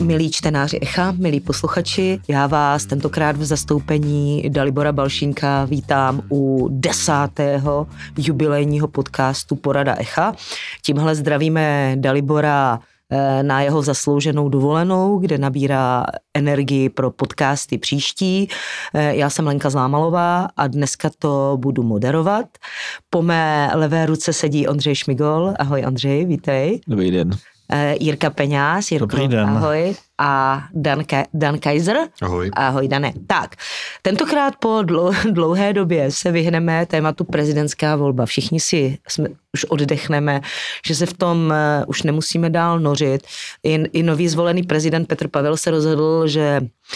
Milí čtenáři Echa, milí posluchači, já vás tentokrát v zastoupení Dalibora Balšínka vítám u 10. jubilejního podcastu Porada Echa. Tímhle zdravíme Dalibora na jeho zaslouženou dovolenou, kde nabírá energii pro podcasty příští. Já jsem Lenka Zlámalová a dneska to budu moderovat. Po mé levé ruce sedí Ondřej Šmigol. Ahoj Ondřej, vítej. Dobrý den. Jirka Peňáz. Jirko, dobrý den. Ahoj. A Dan Kaiser. Ahoj. Ahoj, Dane. Tak, tentokrát po dlouhé době se vyhneme tématu prezidentská volba. Všichni už oddechneme, že se v tom už nemusíme dál nořit. I nový zvolený prezident Petr Pavel se rozhodl, že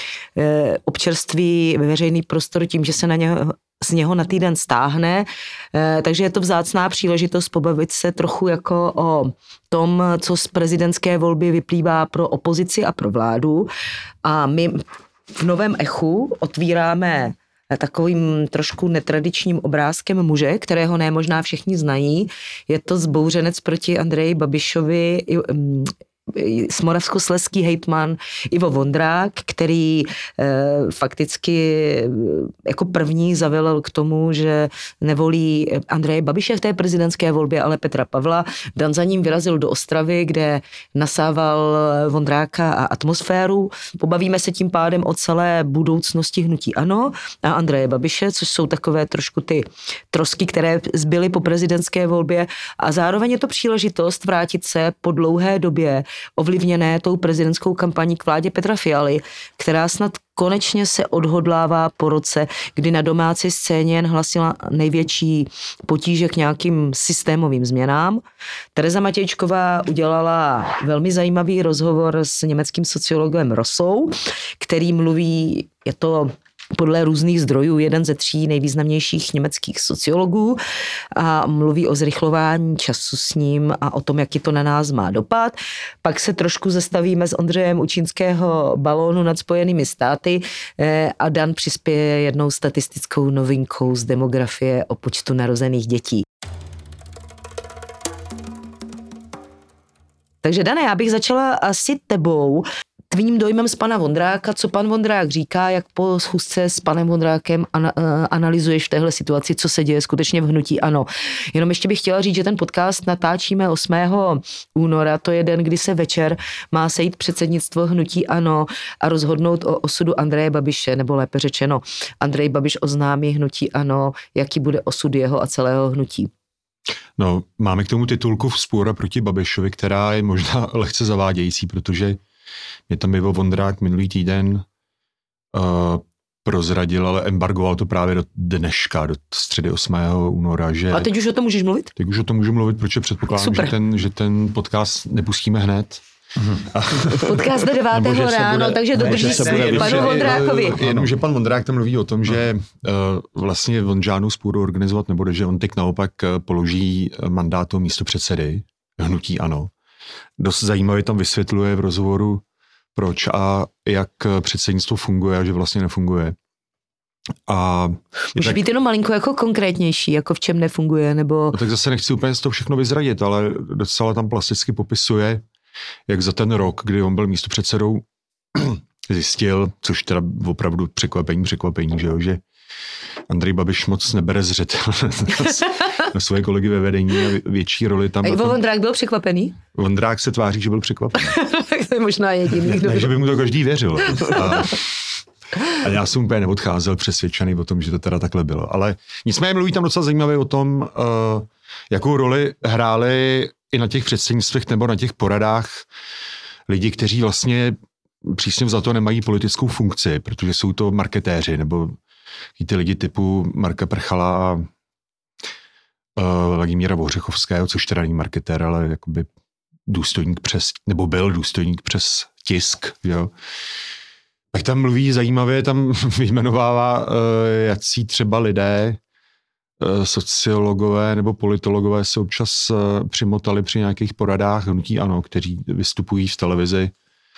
občerství veřejný prostor tím, že se z něho na týden stáhne, takže je to vzácná příležitost pobavit se trochu jako o tom, co z prezidentské volby vyplývá pro opozici a pro vládu. A my v Novém Echu otvíráme takovým trošku netradičním obrázkem muže, kterého ne možná všichni znají. Je to zbouřenec proti Andreji Babišovi, moravskoslezský hejtman Ivo Vondrák, který fakticky jako první zavelel k tomu, že nevolí Andreje Babiše v té prezidentské volbě, ale Petra Pavla. Dan za ním vyrazil do Ostravy, kde nasával Vondráka a atmosféru. Pobavíme se tím pádem o celé budoucnosti hnutí ANO a Andreje Babiše, což jsou takové trošku ty trosky, které zbyly po prezidentské volbě, a zároveň je to příležitost vrátit se po dlouhé době ovlivněné tou prezidentskou kampaní k vládě Petra Fialy, která snad konečně se odhodlává po roce, kdy na domácí scéně jen hlasila největší potíže k nějakým systémovým změnám. Tereza Matějčková udělala velmi zajímavý rozhovor s německým sociologem Rossou, který mluví, je to podle různých zdrojů jeden ze 3 nejvýznamnějších německých sociologů, a mluví o zrychlování času s ním a o tom, jaký to na nás má dopad. Pak se trošku zastavíme s Ondřejem u čínského balónu nad Spojenými státy a Dan přispěje jednou statistickou novinkou z demografie o počtu narozených dětí. Takže Dane, já bych začala asi tebou. Tvým dojmem z pana Vondráka, co pan Vondrák říká, jak po schůzce s panem Vondrákem analyzuješ v téhle situaci, co se děje skutečně v hnutí ANO. Jenom ještě bych chtěla říct, že ten podcast natáčíme 8. února, to je den, kdy se večer má sejít předsednictvo hnutí ANO a rozhodnout o osudu Andreje Babiše, nebo lépe řečeno, Andrej Babiš oznámí hnutí ANO, jaký bude osud jeho a celého hnutí. No, máme k tomu titulku Vzpůra proti Babišovi, která je možná lehce zavádějící, protože mě tam Ivo Vondrák minulý týden prozradil, ale embargoval to právě do dneška, do středy 8. února. Že a teď už o tom můžeš mluvit? Teď už o tom můžu mluvit, protože předpokládám, že ten podcast nepustíme hned. Podcast do 9. ráno, takže dodrží se panu Vondrákovi. Jenomže pan Vondrák tam mluví o tom, že vlastně on žádnou spůru organizovat nebude, že on teď naopak položí mandát toho místopředsedy hnutí ANO. Dost zajímavě tam vysvětluje v rozhovoru, proč a jak předsednictvo funguje a že vlastně nefunguje. A může být jenom malinko jako konkrétnější, jako v čem nefunguje, nebo... No tak zase nechci úplně z toho všechno vyzradit, ale docela tam plasticky popisuje, jak za ten rok, kdy on byl místopředsedou, zjistil, což teda opravdu překvapení, že Andrej Babiš moc nebere zřetel na svoje kolegy ve vedení a větší roli tam. A Ivo Vondrák byl překvapený? Vondrák se tváří, že byl překvapený. Tak to je možná jediný. Ne, že by mu to každý věřil. A já jsem úplně neodcházel přesvědčený o tom, že to teda takhle bylo. Ale nicméně mluví tam docela zajímavě o tom, jakou roli hráli i na těch předsednictvech nebo na těch poradách lidi, kteří vlastně přísně za to nemají politickou funkci, protože jsou to marketéři nebo ty lidi typu Marka Prchala a Vladimíra Vohřechovského, což teda není marketér, ale jakoby důstojník byl důstojník přes tisk, jo. Tak tam mluví zajímavě, tam vyjmenovává, jací třeba lidé, sociologové nebo politologové se občas přimotali při nějakých poradách hnutí ANO, kteří vystupují v televizi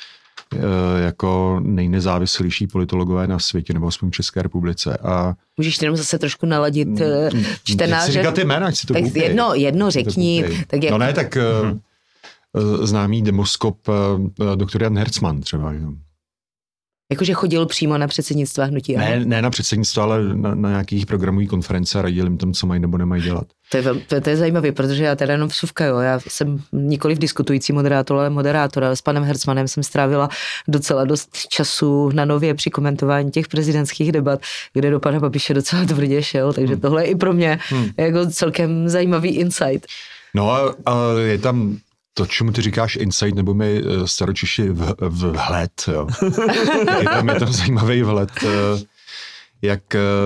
jako nejnezávislejší politologové na světě, nebo aspoň v České republice. A můžeš jenom zase trošku naladit čtenáře. Nechci říkat ty jména, ať si to koupí. Jedno řekni. Tak no ne, tak známý demoskop doktor Jan Hercman třeba. Že? Jakože chodil přímo na předsednictva hnutí ANO? Ne na předsednictva, ale na nějakých programových konference a radil jim tam, co mají nebo nemají dělat. To je zajímavé, protože já teda jenom vsuvka, jo. Já jsem nikoliv diskutující moderátor, ale moderátor, ale s panem Hercmanem jsem strávila docela dost času na Nově při komentování těch prezidentských debat, kde do pana Babiše docela tvrdě šel, takže tohle je i pro mě jako celkem zajímavý insight. No a je tam to, čemu ty říkáš insight, nebo mi staročiši vhled, jo. je tam zajímavý vhled, jak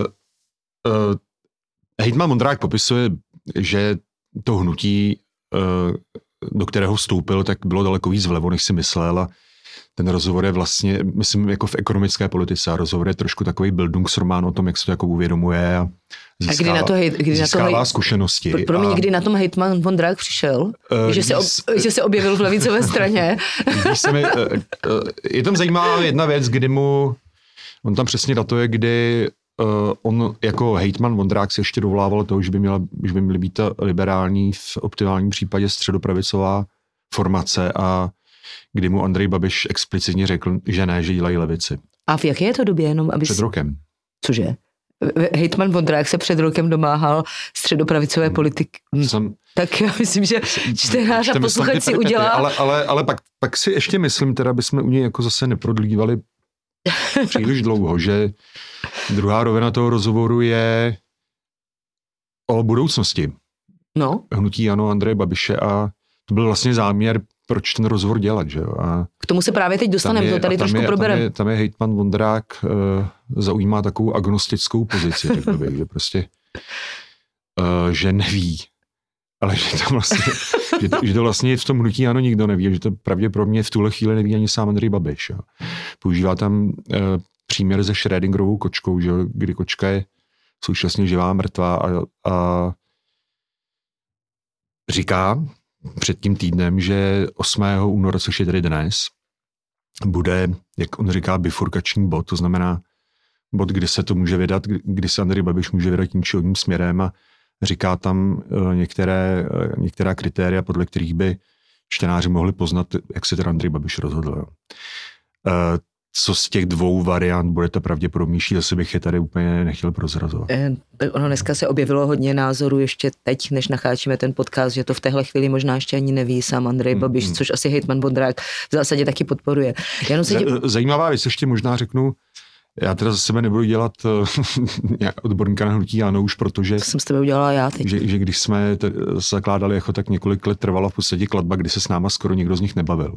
hejtman Vondrák popisuje, že to hnutí, do kterého vstoupil, tak bylo daleko víc vlevo, než si myslel a ten rozhovor je vlastně, myslím, jako v ekonomické politice a rozhovor je trošku takový Bildungsroman o tom, jak se to jako uvědomuje a získává zkušenosti. Kdy na tom hejtman Vondrák přišel, že se objevil v levicové straně. Je tam zajímavá jedna věc, kdy on tam přesně datuje, kdy on jako hejtman Vondrák se ještě dovolával toho, že by měly být ta liberální, v optimálním případě středopravicová formace a kdy mu Andrej Babiš explicitně řekl, že ne, že dělají levici. A v jaké je to době? Před rokem. Cože? Hejtman Vondrák se před rokem domáhal středopravicové politiky. Tak já myslím, že čtenář a posluchač si udělá. Ale pak si ještě myslím, teda bychom u něj jako zase neprodlívali příliš dlouho, že druhá rovina toho rozhovoru je o budoucnosti. No. Hnutí ANO Andreje Babiše a to byl vlastně záměr, proč ten rozhovor dělat, že jo. A k tomu se právě teď dostaneme, to tady trošku probereme. Tam je hejtman Vondrák zaujímá takovou agnostickou pozici, řekl bych, že prostě že neví, ale že to vlastně, že to vlastně v tom hnutí ANO nikdo neví, že to pravděpodobně v tuhle chvíli neví ani sám Andrej Babiš. Jo. Používá tam příměr se Schrödingerovou kočkou, že jo, kdy kočka je současně živá a mrtvá a říká před tím týdnem, že 8. února, což je tedy dnes, bude, jak on říká, bifurkační bod, to znamená bod, kdy se to může vydat, kdy se Andrej Babiš může vydat tím či oním směrem a říká tam některá kritéria, podle kterých by čtenáři mohli poznat, jak se teda Andrej Babiš rozhodl. Co z těch dvou variant bude to pravděpodobnější, zase bych je tady úplně nechtěl prozrazovat. Ono dneska se objevilo hodně názorů ještě teď, než nacháčíme ten podcast, že to v téhle chvíli možná ještě ani neví sám Andrej Babiš, což asi hejtman Vondrák v zásadě taky podporuje. Zajímavá věc, ještě možná řeknu, já teda za sebe nebudu dělat odborníka na hnutí ANO už, protože to jsem s tebe udělala já teď. Že když jsme zakládali Echo, tak několik let trvala v podstatě kladba, kdy se s náma skoro nikdo z nich nebavil.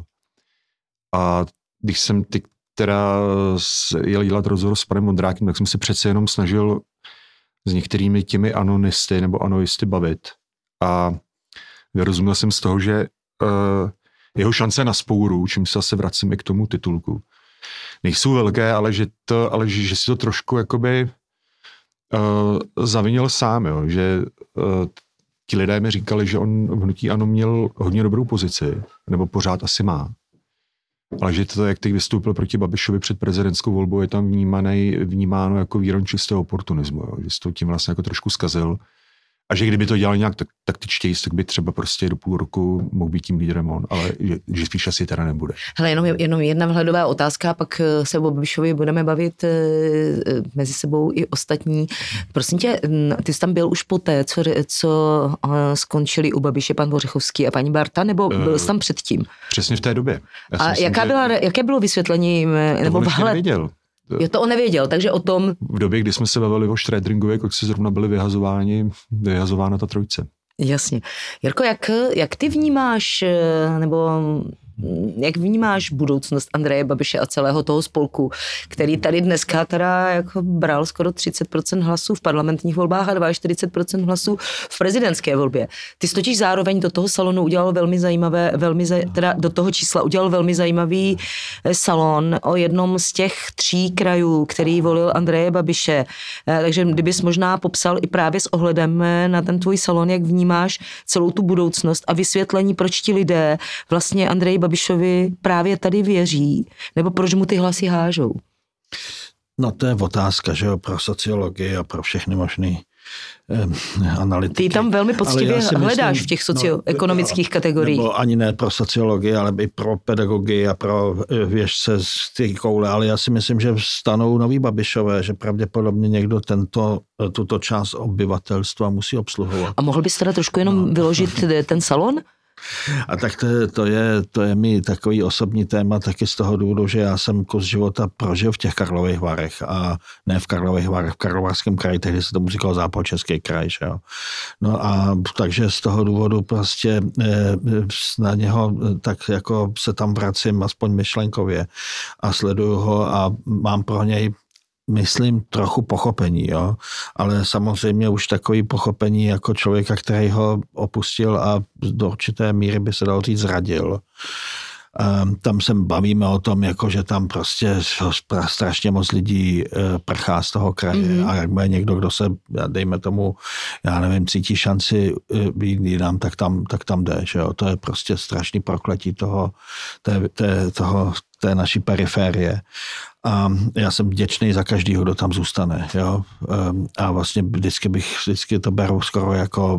A když jsem teda jel dělat rozhovor s panem Vondrákem, tak jsem se přece jenom snažil s některými těmi anonisty nebo anoisty bavit. A vyrozuměl jsem z toho, že jeho šance na spouru, čím se zase vracím i k tomu titulku, nejsou velké, ale že si to trošku jakoby zavinil sám, jo? Že ti lidé mi říkali, že on v hnutí ANO měl hodně dobrou pozici, nebo pořád asi má. Ale že to, jak teď vystoupil proti Babišovi před prezidentskou volbou, je tam vnímáno jako výron čistého oportunismu, jo? Že se to tím vlastně jako trošku zkazil. A že kdyby to dělal nějak taktičtěji, tak by třeba prostě do půl roku mohl být tím lídrem on, ale že spíš asi teda nebude. Hele, jenom jedna vhledová otázka, pak se o Babišovi budeme bavit mezi sebou i ostatní. Prosím tě, ty jsi tam byl už poté, co skončili u Babiše pan Vořechovský a paní Barta, nebo byl jsi tam předtím? Přesně v té době. A jaké bylo vysvětlení, nebo vhled? Nevěděl. Jo, to on nevěděl, takže o tom... V době, kdy jsme se bavili o Schrödingově, jak se zrovna byly vyhazována ta trojice. Jasně. Jirko, jak ty vnímáš, nebo jak vnímáš budoucnost Andreje Babiše a celého toho spolku, který tady dneska teda jako bral skoro 30% hlasů v parlamentních volbách a 42% hlasů v prezidentské volbě. Ty jsi totiž zároveň do toho salonu udělal do toho čísla udělal velmi zajímavý salon o jednom z těch 3 krajů, který volil Andreje Babiše. Takže kdybys možná popsal i právě s ohledem na ten tvůj salon, jak vnímáš celou tu budoucnost a vysvětlení, proč ti lidé vlastně Andreji Babišovi právě tady věří, nebo proč mu ty hlasy hážou? No to je otázka, že jo, pro sociologii a pro všechny možný analytiky. Ty tam velmi poctivě hledáš v těch socioekonomických kategoriích. Nebo ani ne pro sociologii, ale i pro pedagogii a pro věžce z té koule, ale já si myslím, že vstanou noví Babišové, že pravděpodobně někdo tuto část obyvatelstva musí obsluhovat. A mohl bys teda trošku jenom vyložit ten salon? A tak to je mi takový osobní téma taky z toho důvodu, že já jsem kus života prožil v těch Karlových Varech a ne v Karlových Varech, v Karlovarském kraji, tehdy se tomu říkalo Západočeský kraj, že jo. No a takže z toho důvodu prostě na něho tak jako se tam vracím aspoň myšlenkově a sleduju ho a mám pro něj myslím trochu pochopení, jo, ale samozřejmě už takový pochopení jako člověka, který ho opustil a do určité míry by se dalo říct zradil. Tam se bavíme o tom, jako že tam prostě strašně moc lidí prchá z toho kraje a jak bude někdo, kdo se, dejme tomu, já nevím, cítí šanci být jinam, tak tam jde, že jo. To je prostě strašný prokletí té naší periférie. A já jsem vděčný za každýho, kdo tam zůstane, jo. A vlastně vždycky to beru skoro jako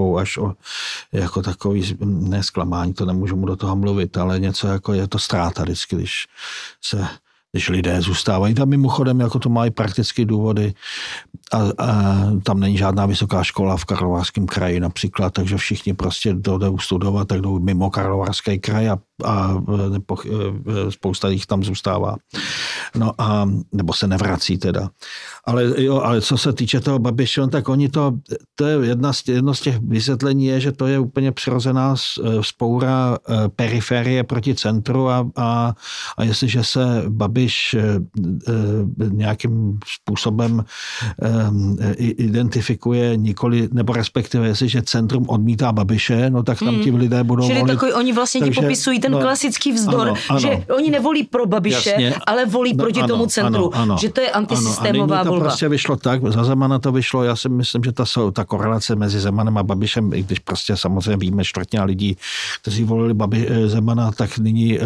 takový nesklamání, to nemůžu mu do toho mluvit, ale něco jako je to ztráta vždycky, když lidé zůstávají. Tam mimochodem jako to mají praktické důvody a tam není žádná vysoká škola v Karlovarském kraji například, takže všichni prostě jdou studovat, tak jdou mimo Karlovarský kraj a spousta jich tam zůstává. No a nebo se nevrací teda. Ale co se týče toho Babiše, tak oni to je jedno z těch vysvětlení je, že to je úplně přirozená vzpoura periferie proti centru a jestliže se Babiš nějakým způsobem identifikuje nikoli, nebo respektive jestliže centrum odmítá Babiše, no tak tam ti lidé budou volit. Čili takový, oni vlastně ti popisují ten klasický vzdor, ano, že oni nevolí pro Babiše, jasně, ale volí proti tomu centru, že to je antisystémová volba. To prostě vyšlo tak, za Zemana to vyšlo, já si myslím, že ta korelace mezi Zemanem a Babišem, i když prostě samozřejmě víme, čtvrtina lidí, kteří volili Zemana, tak nyní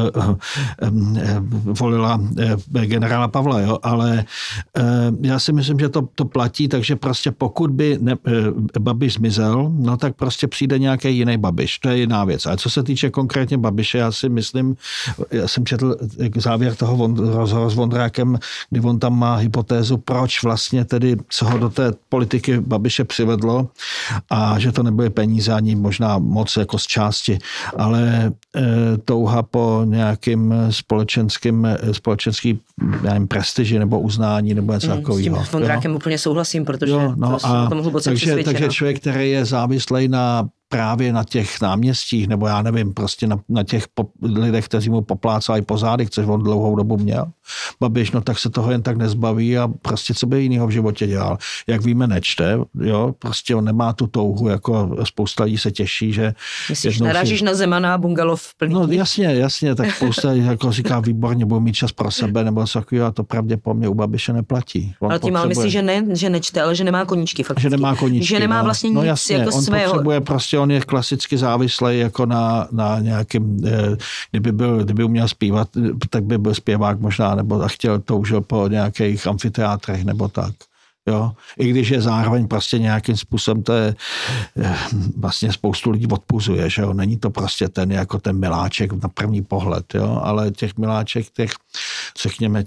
volila generála Pavla, jo, ale já si myslím, že to platí, takže prostě pokud by Babiš zmizel, no tak prostě přijde nějaký jiný Babiš, to je jiná věc. A co se týče konkrétně Babiše, já jsem četl závěr toho rozhovoru s Vondrákem, kdy on tam má hypotézu, proč vlastně tedy, co ho do té politiky Babiše přivedlo a že to nebyly peníze ani možná moc jako z části, ale touha po nějakým společenský nevím, prestiži nebo uznání nebo něco takového. S tím Vondrákem úplně souhlasím, protože tomu hluboce přesvědčena. Takže člověk, který je závislý právě na těch náměstích, nebo já nevím, prostě na těch lidech, kteří mu poplácají po zádech, což on dlouhou dobu měl. Babiš, no tak se toho jen tak nezbaví a prostě co by jinýho v životě dělal. Jak víme, nečte, jo, prostě on nemá tu touhu, jako spousta lidí se těší, že... Myslíš, narážíš na Zemana a bungalov plný? No jasně, tak spousta jako říká, výborně, budu mít čas pro sebe, nebo takový, a to pravděpodobně u Babiše neplatí. Ale tím ale myslíš, že nečte, ale že nemá koníčky fakticky. Že nemá koníčky, že nemá vlastně nic jasně, jako on svého. Potřebuje prostě, on je klasicky závislý jako na nějakým, kdyby uměl zpívat, tak by byl zpěvák možná, nebo toužil po nějakých amfiteátrech, nebo tak. Jo? I když je zároveň prostě nějakým způsobem, to je vlastně spoustu lidí odpuzuje, že jo? Není to prostě ten jako ten miláček na první pohled, jo? Ale těch miláček, řekněme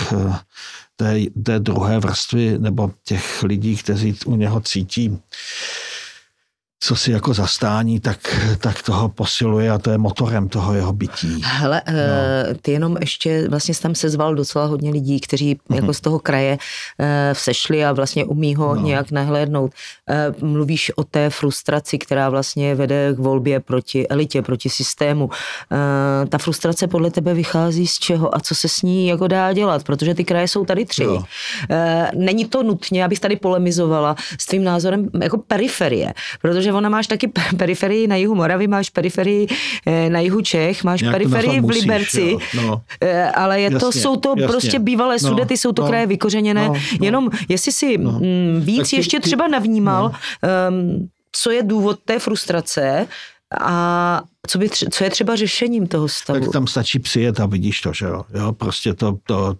té druhé vrstvy, nebo těch lidí, kteří u něho cítí co si jako zastání, tak toho posiluje a to je motorem toho jeho bytí. Hele, ty jenom ještě vlastně tam sezval docela hodně lidí, kteří jako z toho kraje vzešli a vlastně umí ho nějak nahlédnout. Mluvíš o té frustraci, která vlastně vede k volbě proti elitě, proti systému. Ta frustrace podle tebe vychází z čeho a co se s ní jako dá dělat? Protože ty kraje jsou tady 3. Není to nutně, abych tady polemizovala s tvým názorem jako periferie, protože ona máš taky periferii na jihu Moravy, máš periferii na jihu Čech, máš nějak periferii v Liberci, ale jsou to prostě bývalé Sudety, jsou to kraje vykořeněné. Jenom jestli si víc ještě třeba navnímal, co je důvod té frustrace a Co je třeba řešením toho stavu? Tak tam stačí přijet a vidíš to, že jo. Prostě to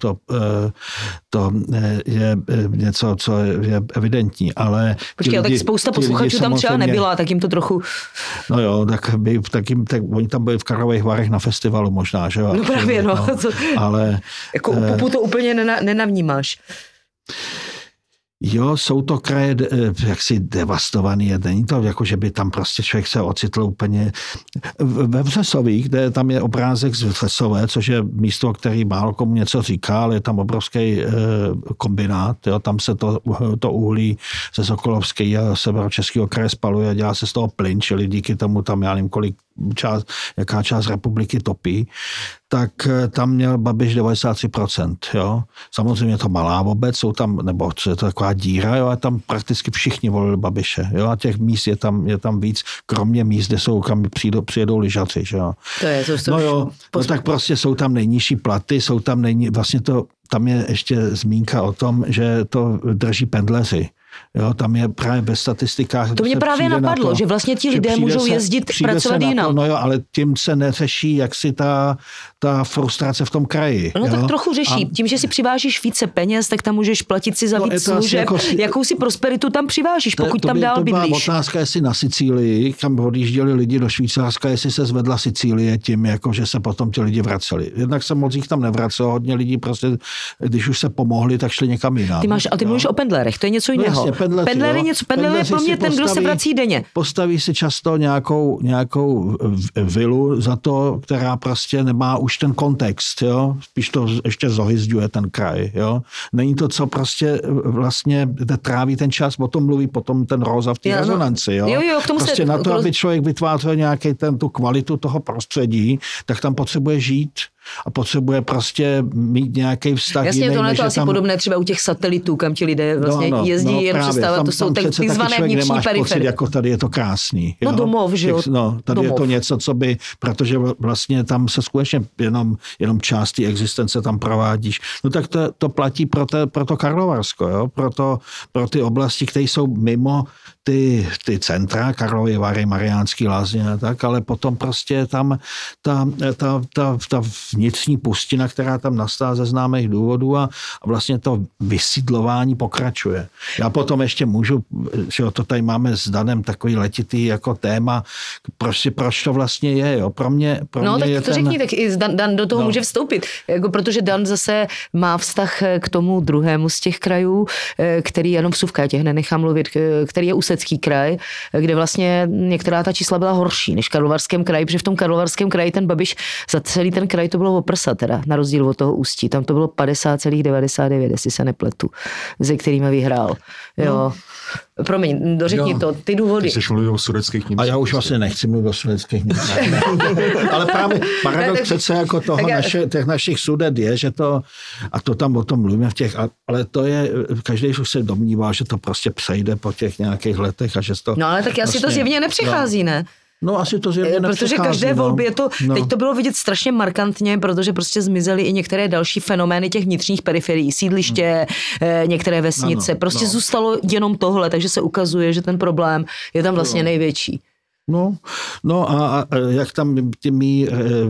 je něco, co je evidentní, ale... Počkej, tak spousta posluchačů tam třeba nebyla, tak jim to trochu... No jo, tak oni tam byli v Karlových Varech na festivalu možná, že jo. No právě, no. Ale... Jako u Pupu to úplně nenavnímáš. Jo, jsou to kraje jaksi devastovaný. Není to jako, že by tam prostě člověk se ocitl úplně... Ve Vřesoví, kde tam je obrázek z Vřesové, což je místo, který málo komu něco říká, ale je tam obrovský kombinát. Jo, tam se to uhlí ze Sokolovského a Severočeského kraje spaluje a dělá se z toho plyn, čili díky tomu tam, já nevím, jaká část republiky topí, tak tam měl Babiš 93%, jo. Samozřejmě je to malá obec, jsou tam, nebo je to taková díra, jo, a tam prakticky všichni volili Babiše, jo, a těch míst je tam víc, kromě míst, kde jsou, kam přijedou lyžaři, jo. No jo, no tak prostě jsou tam nejnižší platy, jsou tam vlastně tam je ještě zmínka o tom, že to drží pendleři. Jo, tam je právě ve statistikách... To mě právě napadlo, že vlastně ti lidé můžou jezdit pracovat jinam. No jo, ale tím se neřeší, jak si ta frustrace v tom kraji. No jo? tak trochu řeší. Tím, že si přivážíš více peněz, tak tam můžeš platit si za víc služeb. Jako jakousi prosperitu tam přivážíš, pokud tam dál bydlíš. To byla otázka, jestli na Sicílii, kam odjížděli lidi do Švýcarska, jestli se zvedla Sicílie tím, jako že se potom ti lidi vraceli. Jednak se moc jich tam nevracelo, hodně lidí prostě, když už se pomohli, tak šli někam jinam. Ty mluvíš o pendlerech, to je něco jiného. Pendler je pro mě ten, kdo se vrací denně. Postaví si často nějakou vilu za to, která prostě nemá už ten kontext, jo. Spíš to ještě zohyzďuje ten kraj, jo. Není to, co prostě vlastně tráví ten čas, o tom mluví potom ten Róza v té rezonanci, jo. K tomu prostě na to, aby člověk vytvářel tu kvalitu toho prostředí, tak tam potřebuje žít a potřebuje prostě mít nějaký vztah. Jasně, to je to asi tam... podobné třeba u těch satelitů, kam ti lidé vlastně jezdí, jen přestávat, to jsou takzvané vnitřní periferie. Jako tady je to krásný. No jo? domov, že jo? Tady je to něco, co by, protože vlastně tam se skutečně jenom část té existence tam provádíš. No tak to platí pro to Karlovarsko, jo? Pro ty oblasti, které jsou mimo ty centra, Karlovy Vary, Mariánský Lázně a tak, ale potom prostě tam ta vnitřní pustina, která tam nastává ze známých důvodů a vlastně to vysídlování pokračuje. Já potom ještě můžu, že to tady máme s Danem takový letitý jako téma, proč to vlastně je, jo. Pro mě tak je to řekni, tak i Dan do toho může vstoupit, jako protože Dan zase má vztah k tomu druhému z těch krajů, který jenom vsuvka, těch nenechám mluvit, který je Ústecký kraj, kde vlastně některá ta čísla byla horší než v Karlovarském kraji, protože v tom Karlovarském kraji ten Babiš za celý ten kraj to bylo o prsa teda, na rozdíl od toho Ústí. Tam to bylo 50,99, jestli se nepletu, ze kterými vyhrál. Jo. Promiň, dořekni to, ty důvody. Ty jsi mluvil o Sudeckých Němcích. A já už vlastně nechci mluvit o Sudeckých Němcích. Ale právě paradox přece jako toho těch našich Sudet je, že to, a to tam o tom mluvíme v těch, ale to je, každý už se domnívá, že to prostě přejde po těch nějakých letech a že to... No ale tak asi to zjevně nepřichází, ne? No asi to zjevně protože každé volbě teď to bylo vidět strašně markantně, protože prostě zmizely i některé další fenomény těch vnitřních periferií, sídliště, některé vesnice, zůstalo jenom tohle, takže se ukazuje, že ten problém je tam vlastně největší. No a jak tam ti mý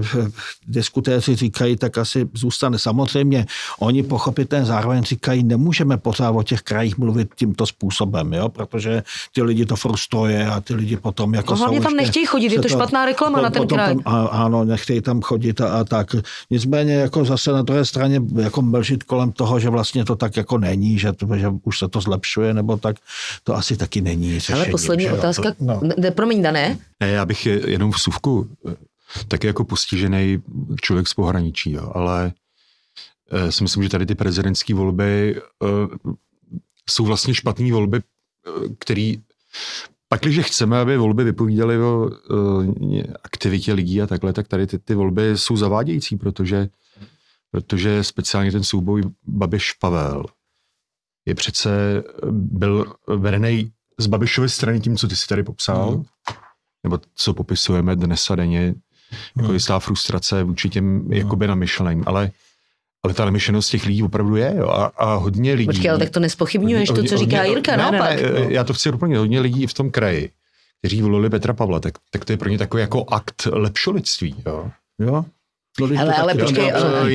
diskutéři říkají, tak asi zůstane. Samozřejmě, oni pochopitelně zároveň říkají, nemůžeme pořád o těch krajích mluvit tímto způsobem, jo, protože ty lidi to frustruje a ty lidi potom jako hlavně tam nechtějí chodit, je to špatná reklama na ten kraj. Ano, nechtějí tam chodit a tak. Nicméně jako zase na druhé straně jako mlžit kolem toho, že vlastně to tak jako není, že už se to zlepšuje, nebo tak, to asi taky není řešení. Ale poslední otázka, promiň, Dané. Ne, já bych jenom vsuvku, taky jako postižený člověk z pohraničí, jo, ale si myslím, že tady ty prezidentské volby jsou vlastně špatné volby, které pakliže chceme, aby volby vypovídaly o aktivitě lidí a takhle, tak tady ty volby jsou zavádějící, protože speciálně ten souboj Babiš-Pavel je přece byl vedený z Babišovy strany tím, co ty si tady popsal, nebo co popisujeme dnes a denně, jako jistá frustrace vůči těm jakoby namyšleným, ale ta namyšlenost těch lidí opravdu je, jo, a hodně lidí... Počkej, ale tak to nespochybňuješ to, co říká Jirka, naopak. Ne, já to chci doplnit, hodně lidí v tom kraji, kteří volili Petra Pavla, tak to je pro ně takový jako akt lepšolidství, jo. Jo. Ale počkej,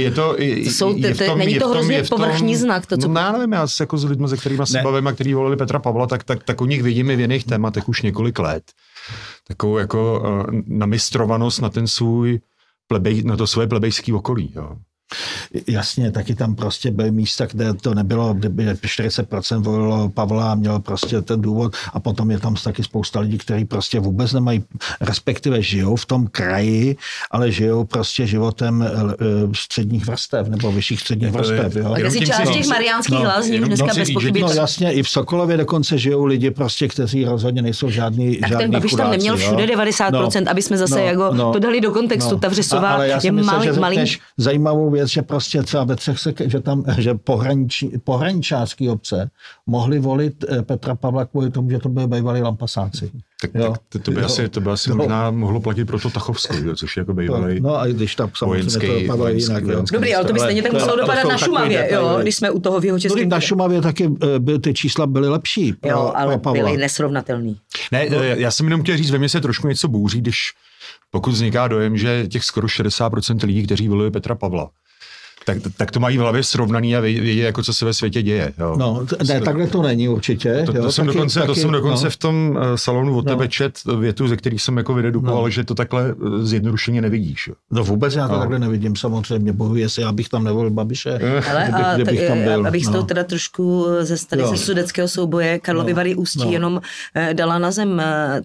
není to hrozně povrchní znak. To, co... No já nevím, já se jako s lidmi, se kterými se bavím a kteří volili Petra Pavla, tak u nich vidím i v jiných tématech už několik let. Takovou jako namistrovanost na ten svůj na to svoje plebejský okolí, jo. Jasně, taky tam prostě byly místa, kde to nebylo, kde 40% volilo Pavla a mělo prostě ten důvod a potom je tam taky spousta lidí, kteří prostě vůbec nemají, respektive žijou v tom kraji, ale žijou prostě životem středních vrstev nebo vyšších středních vrstev. Jo. Tak asi část těch mariánských lázní dneska bez pochyby. No jasně, i v Sokolově dokonce žijou lidi prostě, kteří rozhodně nejsou žádný tak ten Babiš tam neměl všude 90%, aby jsme zase to dali do kontextu. Ta Vřesová je malý. Zajímavou věc, že prostě třeba ve Třech že pohraničářský obce mohli volit Petra Pavla kvůli tomu, že to byli bývalí lampasáci. Tak to by asi možná mohlo platit pro to Tachovsko, což je jako bývalý. No a když tam samozřejmě to padlo jinak. Dobrý, ale to by stejně tak muselo dopadat na Šumavě, jo, když jsme u toho v Jihočeském. Na Šumavě taky ty čísla byly lepší pro ale Pavla. byly nesrovnatelný. Ne, já jsem jenom chtěl říct, ve mně se trošku něco bouří, pokud vzniká dojem, že těch skoro 60% lidí, kteří volili Petra Pavla, tak to mají v hlavě srovnaný a vědí, jako co se ve světě děje. Jo. No, ne, takhle to není určitě. To jsem dokonce v tom salonu od tebe čet větu, ze kterých jsem jako vydedukoval, že to takhle zjednodušeně nevidíš. Jo. No vůbec já to takhle nevidím, samozřejmě. Bohu, jestli já bych tam nevolil Babiše, kdybych tam byl. Abych to teda trošku ze sudeckého souboje Karlovy Vary Ústí jenom dala na zem.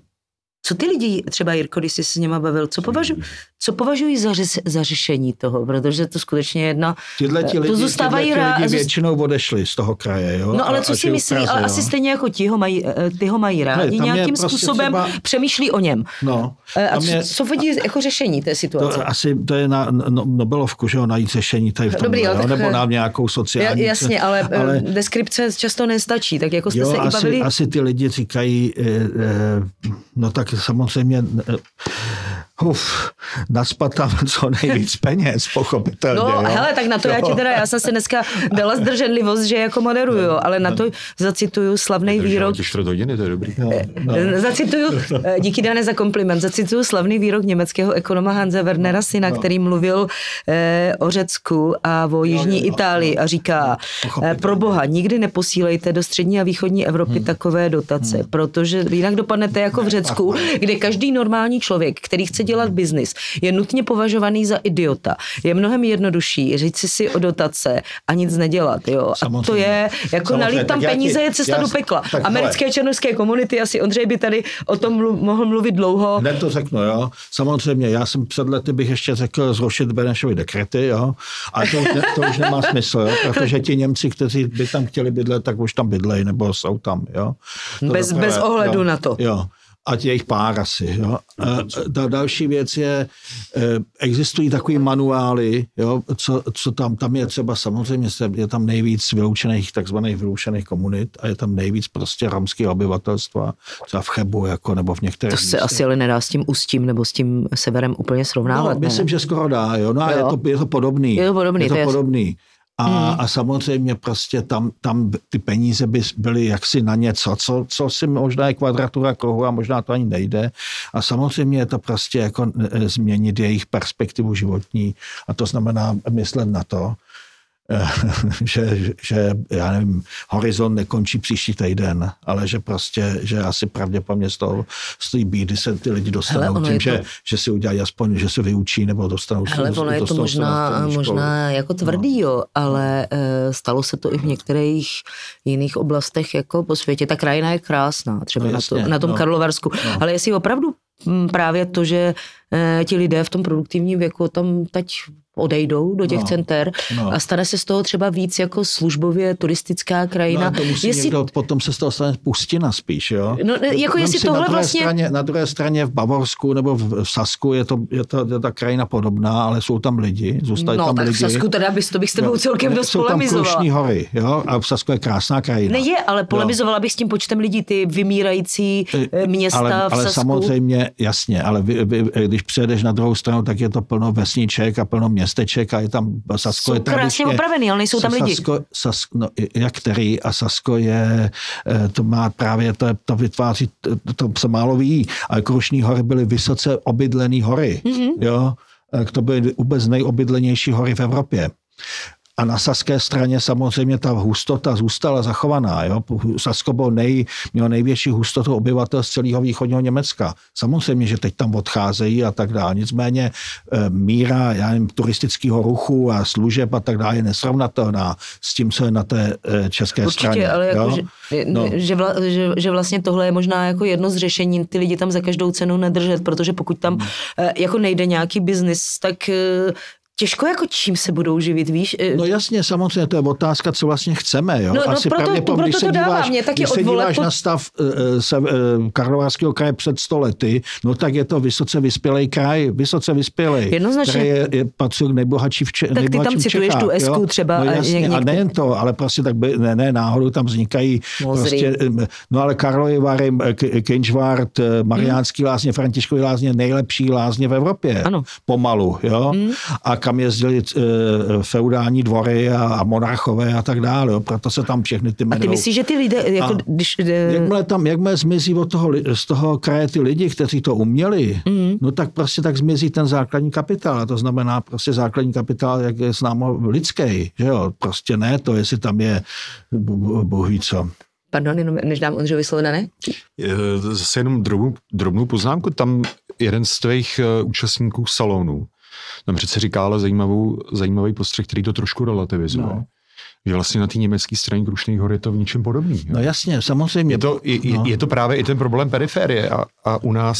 Co ty lidi, třeba Jirko, když jsi s nima bavil, co považují za řešení toho? Protože to skutečně jedna... Tyhleti lidi většinou odešli z toho kraje. Jo? No ale co si myslí, ale asi stejně jako ty ho mají rádi, nějakým prostě způsobem přemýšlí o něm. No, co vidí jako řešení té situace? To je na Nobelovku, že ho najít řešení tady v tom, nebo na nějakou sociální... Jasně, ale deskripce často nestačí, tak jako jste se i bavili... Asi ty lidi říkají, no tak samozřejmě naspat tam co nejvíc peněz, pochopitelně. No, hele, tak na to já jsem se dneska dala zdrženlivost, že jako moderuju, ale na to zacituju slavný výrok. Hodiny, to je dobrý. Zacituju, díky Dane za kompliment, zacituju slavný výrok německého ekonoma Hanse Wernera Syna, který mluvil o Řecku a o jižní Itálii a říká, pro boha, nikdy neposílejte do střední a východní Evropy takové dotace, protože jinak dopadnete jako v Řecku, kde každý normální člověk, který chce dělat biznis, je nutně považovaný za idiota. Je mnohem jednodušší říct si o dotace a nic nedělat. Jo? A to je, jako nalít tam peníze je cesta do pekla. Americké černošské komunity, asi Ondřej by tady o tom mohl mluvit dlouho. Hned to řeknu, jo. Samozřejmě, já jsem před lety bych ještě řekl zrušit Benešovy dekrety, jo. A to už nemá smysl, jo, protože ti Němci, kteří by tam chtěli bydlet, tak už tam bydlejí, nebo jsou tam, jo. Bez ohledu na to. Jo. Ať je jich pár asi. Jo. Další věc je, existují takový manuály, jo, co tam je třeba samozřejmě, je tam nejvíc takzvaných vyloučených komunit a je tam nejvíc prostě romského obyvatelstva, třeba v Chebu, jako, nebo v některých To se asi ale nedá s tím Ústím nebo s tím severem úplně srovnávat. No, myslím, že skoro dá, jo. No a je to podobný. Je to podobný. A samozřejmě prostě tam ty peníze by byly jaksi na něco, co si možná je kvadratura kruhu a možná to ani nejde. A samozřejmě je to prostě jako změnit jejich perspektivu životní a to znamená myslet na to, že já nevím, horizont nekončí příští týden, ale že prostě, že asi pravděpodobně z toho stojí bídy se ty lidi dostanou tím, že si udělají aspoň, že se vyučí nebo dostanou se. Ale ono je to možná jako tvrdý, jo, ale stalo se to i v některých jiných oblastech jako po světě. Ta krajina je krásná, třeba na tom Karlovarsku, ale jestli opravdu právě to, že ti lidé v tom produktivním věku tam teď odejdou do těch center a stane se z toho třeba víc jako službově turistická krajina. No, to musí potom se z toho stane pustina spíš, jo? No, jako jestli tohle vlastně... Na druhé straně v Bavorsku nebo v Sasku je ta krajina podobná, ale jsou tam lidi, zůstají tam lidi. No tak v Sasku teda to bych s tebou celkem dost polemizovala. Jsou tam Krušní hory, jo? A v Sasku je krásná krajina. Ne je, ale polemizovala bych s tím počtem lidí, ty vymírající města v Sasku. Ale samozřejmě, jasně, ale když přijedeš na druhou stranu, tak je to plno vesniček a plno měst městeček a je tam Sasko. Jsou krásně opravený, ale nejsou tam lidi. Jak který a Sasko je, to má právě, to vytváří, to se málo ví, ale Krušní hory byly vysoce obydlený hory, jo, to byly vůbec nejobydlenější hory v Evropě. A na saské straně samozřejmě ta hustota zůstala zachovaná. Jo? Sasko mělo největší hustotu obyvatel z celého východního Německa. Samozřejmě, že teď tam odcházejí a tak dále. Nicméně míra turistického ruchu a služeb a tak dále je nesrovnatelná s tím, co je na té české určitě, straně. Ale jako, že vlastně tohle je možná jako jedno z řešení, ty lidi tam za každou cenu nedržet, protože pokud tam jako nejde nějaký biznis, tak těžko jako čím se budou živit, víš? No jasně, samozřejmě, to je otázka, co vlastně chceme, jo? Asi proto to dává, mě taky když se díváš na stav Karlovarského kraje před 100 lety, no tak je to vysoce vyspělý kraj, vysoce vyspělý, jednoznačně. který patří k nejbohatší v Čechách. Tak ty tam cituješ tu Esku třeba. No jasně, a nejen to, ale prostě tak náhodou tam vznikají prostě, no ale Karlovy Vary, Kynžvart, Mariánský lázně, Františkovy lázně, nejlepší lázně v Evropě. Ano. Pomalu, jo? A kam jezdili feudální dvory a monarchové a tak dále. Jo. Proto se tam všechny ty jmenují. A ty myslíš, že ty lidé... Jako, jakmile zmizí z toho kraje ty lidi, kteří to uměli, no tak prostě tak zmizí ten základní kapitál. A to znamená prostě základní kapitál, jak je známo lidský. Že jo? Prostě ne to, jestli tam je Bůh ví co. Pardon, jenom než dám Ondřejovi slovo, ne? Zase jenom drobnou poznámku. Tam jeden z tvých účastníků salonu tam přece říká ale zajímavý postřeh, který to trošku relativizuje. No. Že vlastně na té německé straně Krušných hor je to v ničem podobný. No jasně, samozřejmě. Je to právě i ten problém periferie a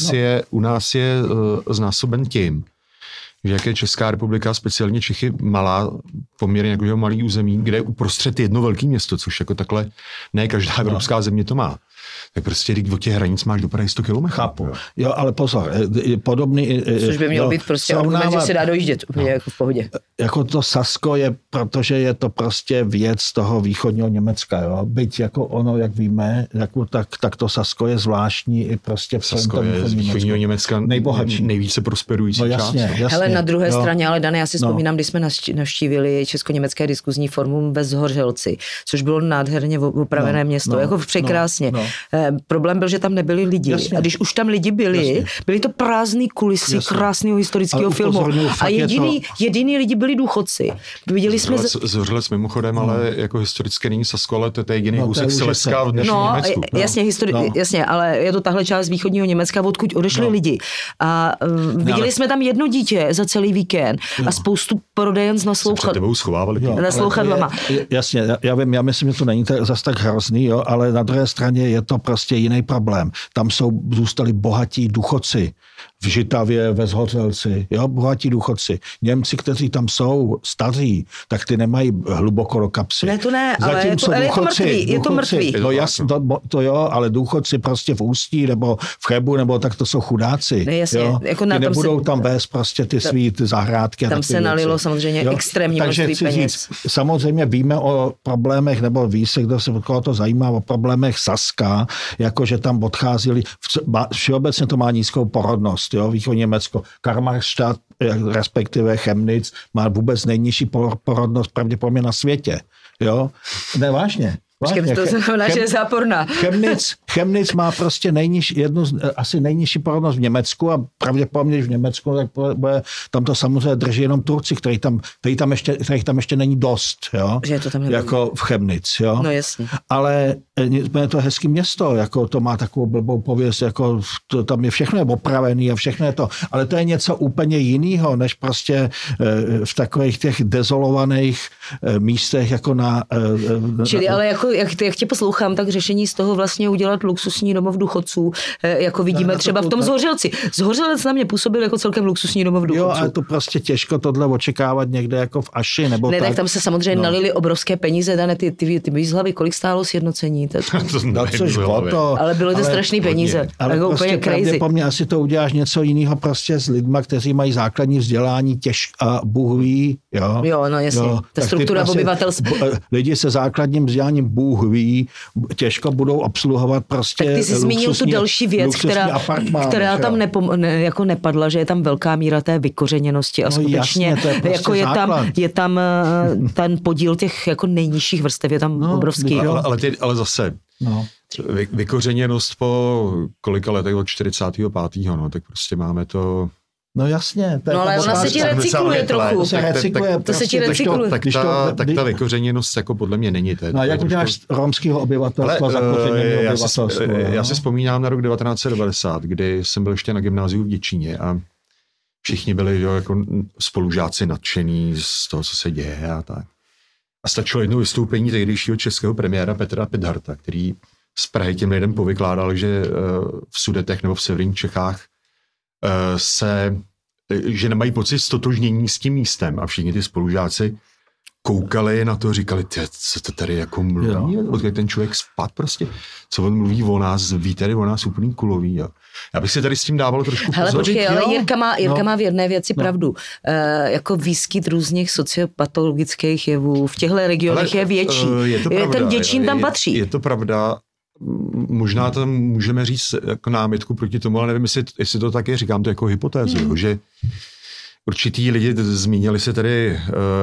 u nás je znásoben tím, že jak je Česká republika, speciálně Čechy, malá, poměrně jako malý území, kde je uprostřed jedno velké město, což jako takhle ne každá evropská země to má. Tak prostě od těch hranic máš dopravy 100 kilometrů. Chápu. Jo, ale pozor, podobný... Což by mělo být prostě argument, že se dá dojíždět úplně jako v pohodě. Jako to Sasko je, protože je to prostě věc toho východního Německa, jo. Byť jako ono, jak víme, jako tak to Sasko je zvláštní i prostě v Sasko je z východního Německa nejvíce prosperující část. Jasně. Hele, na druhé straně, ale Dane, já si vzpomínám, když jsme navštívili Česko-německé diskuzní fórum ve Zhořelci, což bylo nádherně opravené město, jako překrásně. Problém byl, že tam nebyli lidi. Jasně. A když už tam lidi byli to prázdný kulisy krásného historického filmu. A jediný lidi byli důchodci. Viděli jsme... Zhořelec mimochodem, ale jako historicky není Sasko, ale to je jediný úsek Slezska v dnešním Německu. Jasně, ale je to tahle část východního Německa, odkud odešli lidi. A viděli jsme tam jedno dítě za celý víkend a spoustu prodejen s naslouchadlama. Jasně, já myslím, že to není zas tak hrozný, jo, ale na druhé straně je to prostě jiný problém. Tam zůstali bohatí důchodci v Žitavě, ve Zhořelci, jo, bohatí důchodci. Němci, kteří tam jsou staří, tak ty nemají hluboko do kapsy. Ne, to ne, ale je to mrtvý. No jasně, to jo, ale důchodci prostě v Ústí nebo v Chebu, nebo tak to jsou chudáci. Ne, jasně, jo? Jako ty nebudou tam vést prostě ty svý zahrádky. Tam se nalilo samozřejmě extrémní množství peněz. Samozřejmě víme o problémech, nebo ví se, kdo se koho to zajímá, o problémech Saska, jakože tam odcházeli, všeobecně to má nízkou porodnost, jo, východní Německo. Karlmarstadt, respektive Chemnitz, má vůbec nejnižší porodnost pravděpodobně na světě, jo. Ne, vážně. To znamená, že je záporná. Chemnitz má prostě asi nejnižší porodnost v Německu a pravděpodobně, když v Německu, tak tam to samozřejmě drží jenom Turci, kterých tam ještě není dost, jo? Že to tam jako v Chemnitz, jo? No jasně. Ale je to hezký město, jako to má takovou blbou pověst, jako tam je všechno je opravený a všechno je to, ale to je něco úplně jiného, než prostě v takových těch dezolovaných místech, jako Čili ale jako jak tě poslouchám, tak řešení z toho vlastně udělat luxusní domov důchodců, jako vidíme třeba v tom Zhořelci. Zhořelec na mě působil jako celkem luxusní domov důchodců. Jo, ale to prostě těžko tohle očekávat někde jako v Aši, nebo ne, tak tam se samozřejmě nalili obrovské peníze, Dane, ty víš z hlavy, kolik stálo sjednocení? Ale bylo to strašný peníze. Ale jako prostě pravděpodobně asi to uděláš něco jiného prostě s lidma, kteří mají základní vzdělání a Bůh ví, jo. Jo, no jasně. Ta struktura obyvatelstva. Lidi se základním vzděláním Bůh ví, těžko budou obsluhovat prostě tak ty jsi zmínil tu další věc, která tam jako nepadla, že je tam velká míra té vykořeněnosti a skutečně jasně, to je prostě jako je tam ten podíl těch jako nejnižších vrstev je tam obrovský. Ale zase vykořeněnost po kolika letech od 45. No, tak prostě máme to... No jasně. No ale ona se ti recykluje trochu. To se ti recykluje. Tak ta vykořeněnost jako podle mě není. No jak uděláš romského obyvatelstva za kořenění obyvatelstva? Já si vzpomínám na rok 1990, kdy jsem byl ještě na gymnáziu v Děčíně a všichni byli jako spolužáci nadšení z toho, co se děje a tak. A stačilo jedno vystoupení tehdejšího českého premiéra Petra Pidharta, který z Prahy těm lidem povykládal, že v Sudetech nebo v severních Čechách že nemají pocit stotožnění s tím místem a všichni ty spolužáci koukali na to a říkali, co to tady jako mluví, odkud ten člověk spad prostě, co on mluví o nás, ví tady o nás úplný kulový. Jo. Já bych si tady s tím dával trošku pozor. Hele, počkej, ale Jirka má v jedné věci pravdu. Jako výskyt různých sociopatologických jevů v těchto regionech je větší. Ten Děčín tam patří. Je to pravda. Možná tam můžeme říct jako námitku proti tomu, ale nevím, jestli to tak je, říkám to jako hypotézu, že určitý lidi, zmínili se tady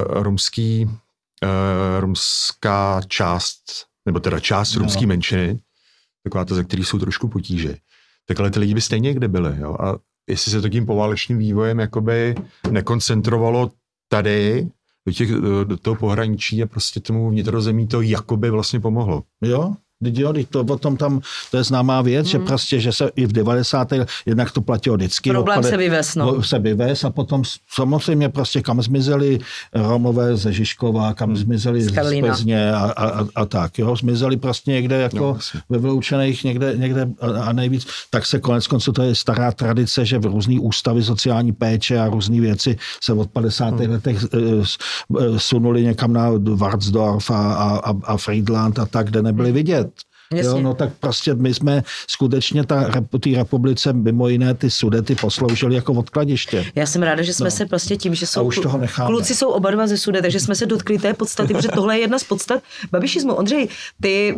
romská část, nebo teda část romské menšiny, taková ta, ze který jsou trošku potíže. Tak ale ty lidi by stejně kde byli. Jo? A jestli se to tím poválečným vývojem jakoby nekoncentrovalo tady, do toho pohraničí a prostě tomu vnitrozemí to jakoby vlastně pomohlo. Jo? To potom tam, to je známá věc, že prostě, že se i v 90. jednak to platilo vždycky. Problém se vyvez, se vyvez a potom samozřejmě prostě kam zmizeli Romové ze Žižkova, kam zmizeli z Plzně a tak, jo, zmizeli prostě někde jako ve vyloučených někde a nejvíc, tak se konec konců to je stará tradice, že v různý ústavy sociální péče a různý věci se od 50. letech sunuli někam na Varnsdorf a Friedland a tak, kde nebyli vidět. Jo, no tak prostě my jsme skutečně té republice mimo jiné ty Sudety posloužili jako odkladiště. Já jsem ráda, že jsme se prostě tím, že jsou kluci jsou oba dva ze Sudet, takže jsme se dotkli té podstaty, protože tohle je jedna z podstat babišismu. Ondřej, ty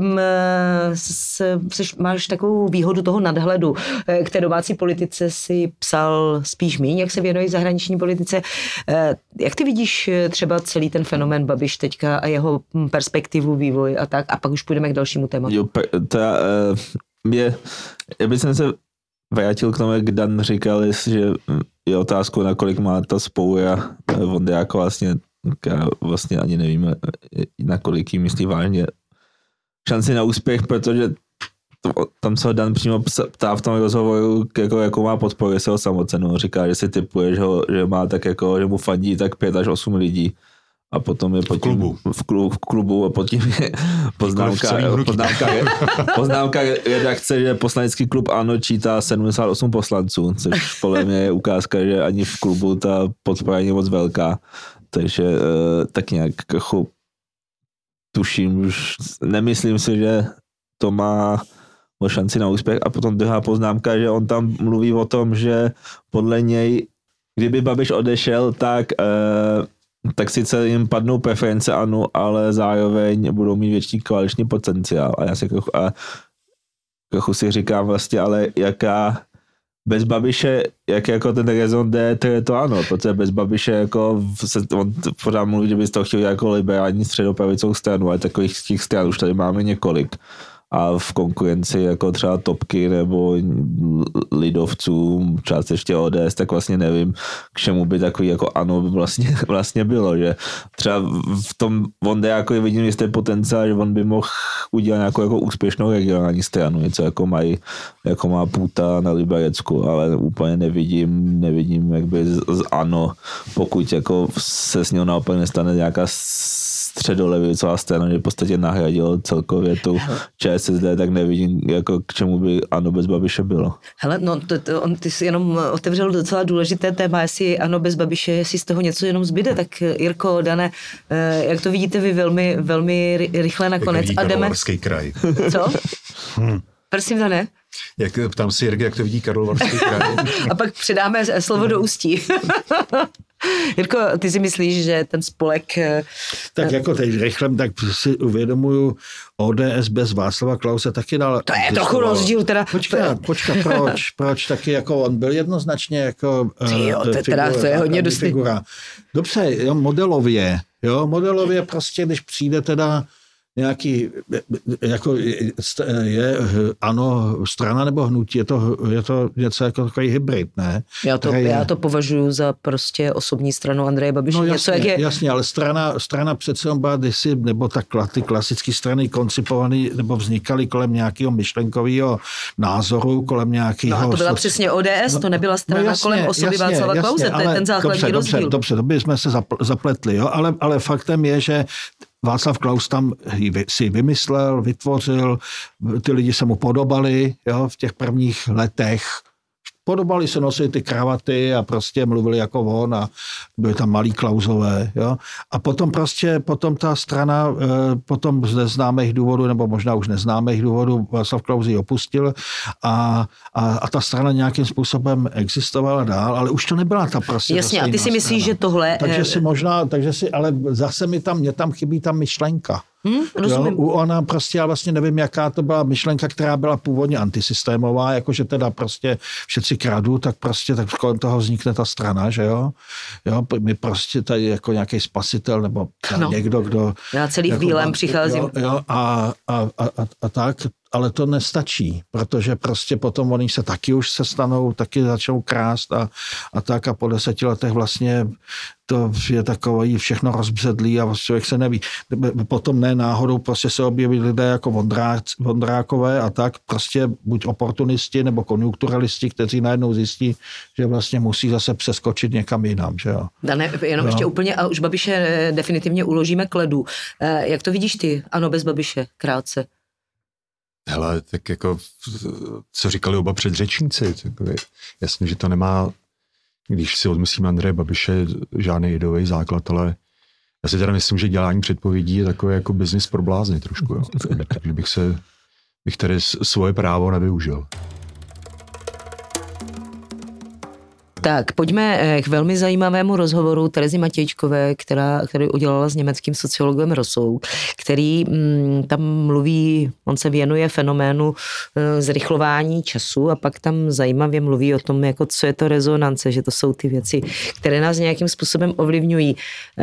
máš takovou výhodu toho nadhledu. K té domácí politice si psal spíš míň, jak se věnuješ zahraniční politice. Jak ty vidíš třeba celý ten fenomén Babiš teďka a jeho perspektivu, vývoj a tak? A pak už půjdeme k dalšímu tématu. Já bych se vrátil k tomu, jak Dan říkal, že je otázku, nakolik má ta spouja Vondráka vlastně ani nevíme, nakolik jí myslí vážně šanci na úspěch, protože tam se ho Dan přímo ptá v tom rozhovoru, jakou má podporu, se ho samocenu. Říká, že si typuje, že má tak jako, že mu fandí tak 5 až 8 lidí. A potom je v klubu a potom je poznámka redakce, že poslanecký klub ANO čítá 78 poslanců, což podle mě je ukázka, že ani v klubu ta podpora není moc velká. Takže tak nějak tuším, už nemyslím si, že to má šanci na úspěch. A potom druhá poznámka, že on tam mluví o tom, že podle něj, kdyby Babiš odešel, tak sice jim padnou preference ANO, ale zároveň budou mít větší koaliční potenciál. A já si trochu si říkám vlastně, ale jaká bez Babiše, jak jako ten rezon D, to je to ANO, protože bez Babiše jako on pořád mluví, že bys to chtěl jako liberální středopravicou stranu, ale takových těch stran už tady máme několik. A v konkurenci jako třeba Topky nebo lidovců, část ještě ODS, tak vlastně nevím, k čemu by takový jako ANO vlastně bylo, že třeba v tom Vondrákovi vidím jistý potenciál, že on by mohl udělat nějakou jako úspěšnou regionální stranu, něco jako má Půta na Liberecku, ale úplně nevidím jak by z ANO, pokud jako se s ním naopak nestane nějaká středolevicová strana, že v podstatě nahradil celkově tu ČSSD, tak nevidím, jako k čemu by ANO bez Babiše bylo. Hele, no ty jsi jenom otevřel docela důležité téma, jestli ANO bez Babiše, jestli z toho něco jenom zbyde, tak Jirko, Dane, jak to vidíte vy velmi, velmi rychle nakonec. Jak vidí Karlovarský kraj. Co? Prosím, Dane. Ptám si, Jirky, jak to vidí Karlovarský kraj. A pak předáme slovo do ústí. Jirko, ty si myslíš, že ten spolek... Tak jako teď rychlem, tak si uvědomuju, ODS bez Václava Klause taky dal... To je trochu rozdíl teda... Počkat, proč taky jako on byl jednoznačně jako... To je hodně dosti. Figura. Dobře, jo, modelově prostě, když přijde teda nějaký, jako ano, strana nebo hnutí, je to něco jako takový hybrid, ne? Já to považuji za prostě osobní stranu Andreje Babiše. No jasně, ale strana přece byla kdysi, nebo ty klasické strany koncipované, nebo vznikaly kolem nějakého myšlenkového názoru, kolem nějakého... No a to byla přesně ODS, to nebyla strana kolem osoby Václava Klause, to je ten základní rozdíl. Dobře, to bychom se zapletli, jo? Ale faktem je, že Václav Klaus tam si vymyslel, vytvořil, ty lidi se mu podobali, jo, v těch prvních letech. Podobali se nosit ty kravaty a prostě mluvili jako on a byli tam malí Klausové, jo. A potom ta strana, potom z neznámých důvodů, nebo možná už neznámých důvodů, Václav Klaus ji opustil a ta strana nějakým způsobem existovala dál, ale už to nebyla ta prostě. Jasně, a ty si myslíš, že tohle... ale zase mě tam chybí ta myšlenka. Rozumím. Jo, ona prostě, já vlastně nevím, jaká to byla myšlenka, která byla původně antisystémová, jakože teda prostě všetci kradu, tak kolem toho vznikne ta strana, že jo? Jo, my prostě tady jako nějaký spasitel, nebo někdo, kdo... Já celý v bílém přicházím. Jo, a tak, ale to nestačí, protože prostě potom oni se taky už se stanou, taky začnou krást a tak a po 10 letech vlastně to je takový všechno rozbředlý a člověk se neví. Potom ne náhodou prostě se objeví lidé jako Vondrákové a tak prostě buď oportunisti nebo konjunkturalisti, kteří najednou zjistí, že vlastně musí zase přeskočit někam jinam, že jo. Dane, jenom ještě úplně, a už Babiše definitivně uložíme k ledu. Jak to vidíš ty? Ano, bez Babiše, krátce. Hele, tak jako, co říkali oba předřečníci, jasně, že to nemá, když si odmyslíme Andreje Babiše, žádný ideový základ, ale já si teda myslím, že dělání předpovědí je takové jako biznis pro blázny trošku, jo. Takže bych tady svoje právo nevyužil. Tak, pojďme k velmi zajímavému rozhovoru Terezy Matějčkové, který udělala s německým sociologem Rosou, který tam mluví, on se věnuje fenoménu zrychlování času a pak tam zajímavě mluví o tom, jako co je to rezonance, že to jsou ty věci, které nás nějakým způsobem ovlivňují.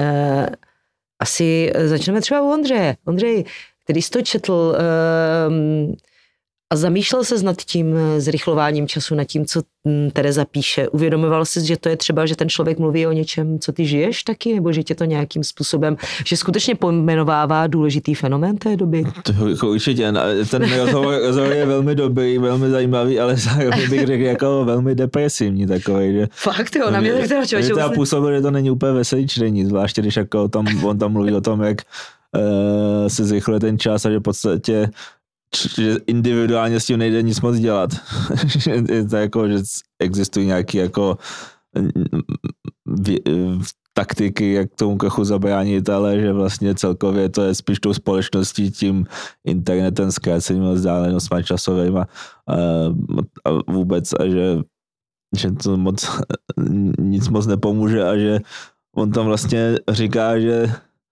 Asi začneme třeba u Ondřeje. Ondřej, který jsi to četl a zamýšlel se nad tím zrychlováním času, nad tím, co Tereza píše. Uvědomoval jsi, že to je třeba, že ten člověk mluví o něčem, co ty žiješ taky, nebo že tě to nějakým způsobem, že skutečně pojmenovává důležitý fenomén té doby? To jako určitě, ten rozhovor je velmi dobrý, velmi zajímavý, ale zároveň bych řekl jako velmi depresivní takový, že... Fakt jo, na mě tak teda člověk... Mě působil, že to není úplně veselý čtení, zvláště když jako on tam mluví o tom, jak se zrychluje ten čas a že v podstatě že individuálně s tím nejde nic moc dělat. Je to jako, že existují nějaké jako taktiky, jak tomu krachu zabránit, ale že vlastně celkově to je spíš tou společností, tím internetem, zkráceným vzdálenostma časovými a vůbec a že to nic moc nepomůže a že on tam vlastně říká, že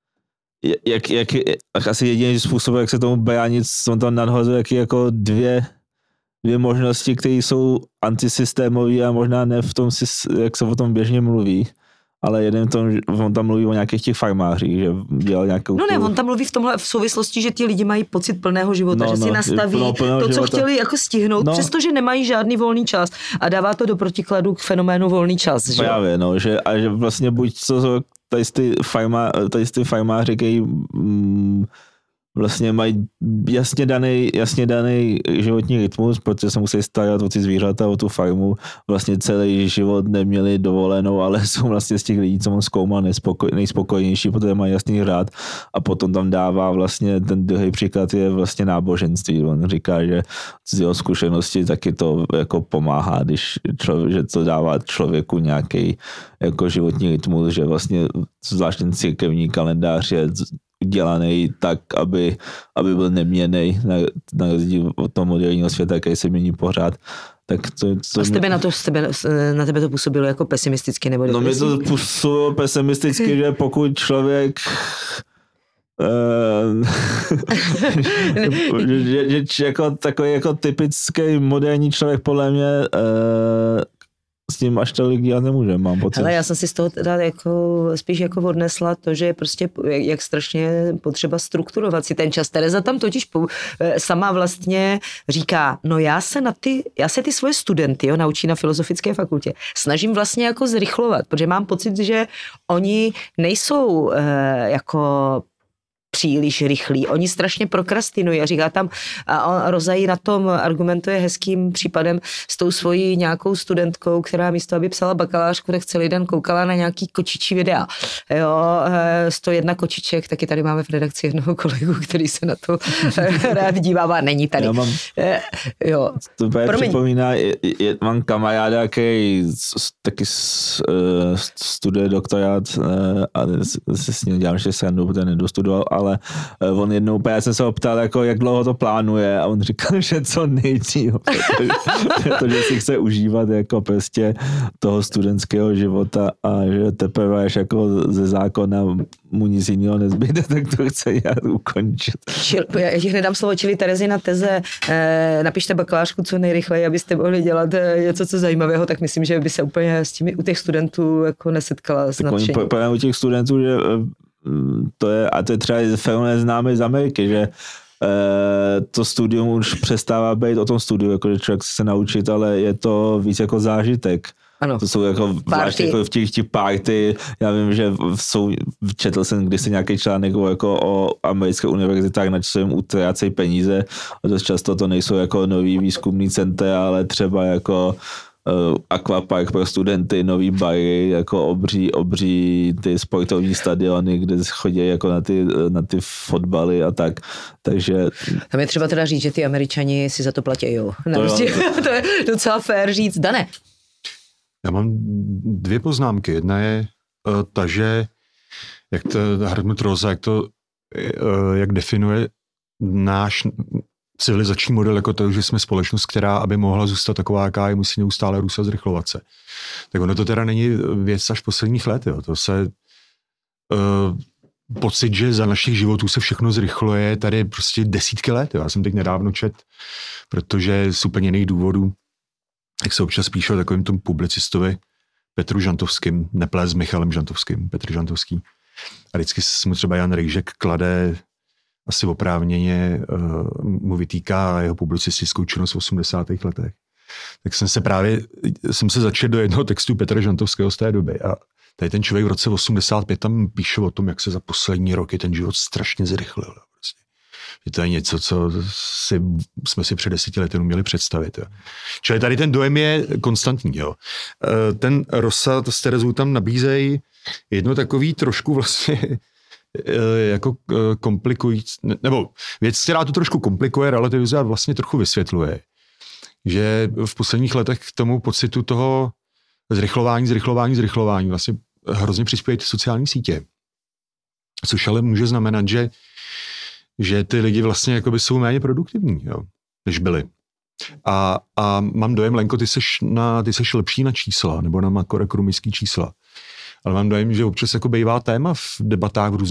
jak asi jediný způsob, jak se tomu bránit, on tam nadhozuje jako dvě možnosti, které jsou antisystémové a možná ne v tom, jak se o tom běžně mluví, ale jeden on tam mluví o nějakých těch farmářích, že dělal nějakou... No ne, on tam mluví v souvislosti, že ti lidi mají pocit plného života, že si nastaví to, co chtěli jako stihnout, přestože nemají žádný volný čas a dává to do protikladu k fenoménu volný čas. Že? Právě, no, že vlastně buď co tady ty farmáři, kteří vlastně mají jasně daný životní rytmus, protože se musí starat o ty zvířata, o tu farmu. Vlastně celý život neměli dovolenou, ale jsou vlastně z těch lidí, co on zkoumal, nejspokojenější, protože mají jasný řád. A potom tam dává vlastně ten druhý příklad je vlastně náboženství. On říká, že z jeho zkušenosti taky to jako pomáhá, že to dává člověku nějaký jako životní rytmus, že vlastně zvlášť ten církevní kalendář je udělaný tak, aby byl neměnný na rozdíl od toho moderního světa, který se mění pořád. Tak na tebe to působilo jako pesimisticky nebo depresivní? No mě to působilo pesimisticky, že pokud člověk že jako takový jako typický moderní člověk podle mě s tím až tolik dělat nemůže, mám pocit. Ale já jsem si z toho teda spíš odnesla to, že je prostě jak strašně potřeba strukturovat si ten čas. Tereza tam totiž sama vlastně říká, no já se ty svoje studenty naučí na Filozofické fakultě. Snažím vlastně jako zrychlovat, protože mám pocit, že oni nejsou jako příliš rychlí. Oni strašně prokrastinují a říká tam, a Rozají na tom argumentuje hezkým případem s tou svojí nějakou studentkou, která místo, aby psala bakalářku, tak celý den koukala na nějaký kočičí videa. Jo, 101 kočiček, taky tady máme v redakci jednoho kolegu, který se na to rád dívá, není tady. Já mám, jo. To připomíná, mám kamaráda, který taky studuje doktorát a se s ním dělám ještě srandu, protože nedostudoval, ale on jednou, já jsem se ho ptal, jako, jak dlouho to plánuje a on říkal, že co nejdřív, protože si chce užívat jako prostě toho studentského života a že teprve až jako ze zákona mu nic jiného nezbyde, tak to chce nějak ukončit. Já ti nedám slovo, čili Terezina teze, napište bakalářku co nejrychleji, abyste mohli dělat něco co zajímavého, tak myslím, že by se úplně s tím u těch studentů jako nesetkala s nadšením. Právě u těch studentů, že to je třeba fenomen známý z Ameriky, že to studium už přestává být o tom studiu, jako že člověk se naučit, ale je to víc jako zážitek. Ano. To jsou jako zvláště jako v těch party, já vím, že četl jsem kdysi nějaký článek jako o americké univerzitách, na co jim utrácejí peníze a dost často to nejsou jako nový výzkumný centra, ale třeba jako aquapark pro studenty, nový bary, jako obří ty sportovní stadiony, kde chodí jako na ty fotbaly a tak. Takže tam je třeba teda říct, že ty Američani si za to platí, jo. To je docela fér říct. Dane. Já mám 2 poznámky. Jedna je ta, že jak to Hartmut Rosa, jak definuje náš civilizační model jako to, že jsme společnost, která, aby mohla zůstat taková, jaká je, musí neustále růst a zrychlovat se. Tak ono to teda není věc až posledních let. Jo. To se pocit, že za našich životů se všechno zrychluje, tady prostě desítky let. Jo. Já jsem teď nedávno protože z úplně jiných důvodů, jak se občas píše o takovým tom publicistovi Petru Žantovským, neplést s Michalem Žantovským, Petr Žantovský. A vždycky mu třeba Jan Rejžek klade asi oprávněně mu vytýká jeho publicistickou činnost v 80. letech. Tak jsem se začal do jednoho textu Petra Žantovského z té doby a tady ten člověk v roce 85 tam píše o tom, jak se za poslední roky ten život strašně zrychlil. Prostě. Že to je něco, co jsme si před 10 lety měli představit. Jo. Čili tady ten dojem je konstantní. Jo. Ten Rosa, to s Terezou tam nabízejí jedno takový trošku vlastně jako komplikující, nebo věc, která to trošku komplikuje, relativizuje a vlastně trochu vysvětluje, že v posledních letech k tomu pocitu toho zrychlování vlastně hrozně přispějí ty sociální sítě. Což ale může znamenat, že ty lidi vlastně jakoby jsou méně produktivní, jo, než byli. A mám dojem, Lenko, ty seš lepší na čísla, nebo na makroekonomický čísla. Ale mám dojem, že občas jako bývá téma v debatách v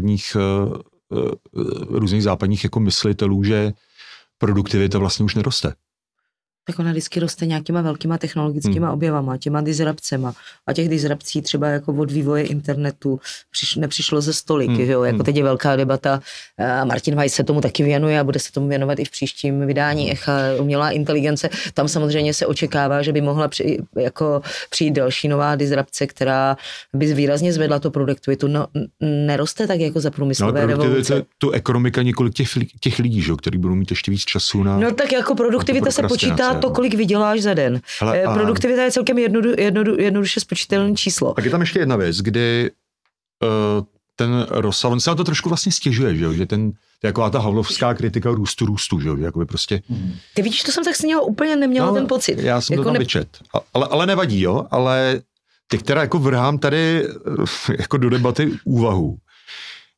různých západních jako myslitelů, že produktivita vlastně už neroste. Tak ona vždycky roste nějakýma velkýma technologickýma objevama, těma disrupcema. A těch disrupcí třeba jako od vývoje internetu nepřišlo ze stolik, jo? Jako teď je velká debata. Martin Weiss se tomu taky věnuje a bude se tomu věnovat i v příštím vydání Echa umělá inteligence. Tam samozřejmě se očekává, že by mohla přijít další nová disrupce, která by výrazně zvedla tu produktivitu. No, neroste tak jako za průmyslové revoluce. Tu ekonomika několik těch lidí, že? Který budou mít ještě víc času na... No tak jako produktivita se počítá to, kolik vyděláš za den. Hele, produktivita je celkem jednoduše spočítelné číslo. Tak je tam ještě jedna věc, kdy ten Rosa, on se na to trošku vlastně stěžuje, že taková ta havlovská kritika růstu, že jakoby prostě... Ty vidíš, to jsem tak s něho úplně neměla ten pocit. Já jsem jako to tam vyčet. Ale nevadí, jo, ale ty, která jako vrhám tady jako do debaty úvahu,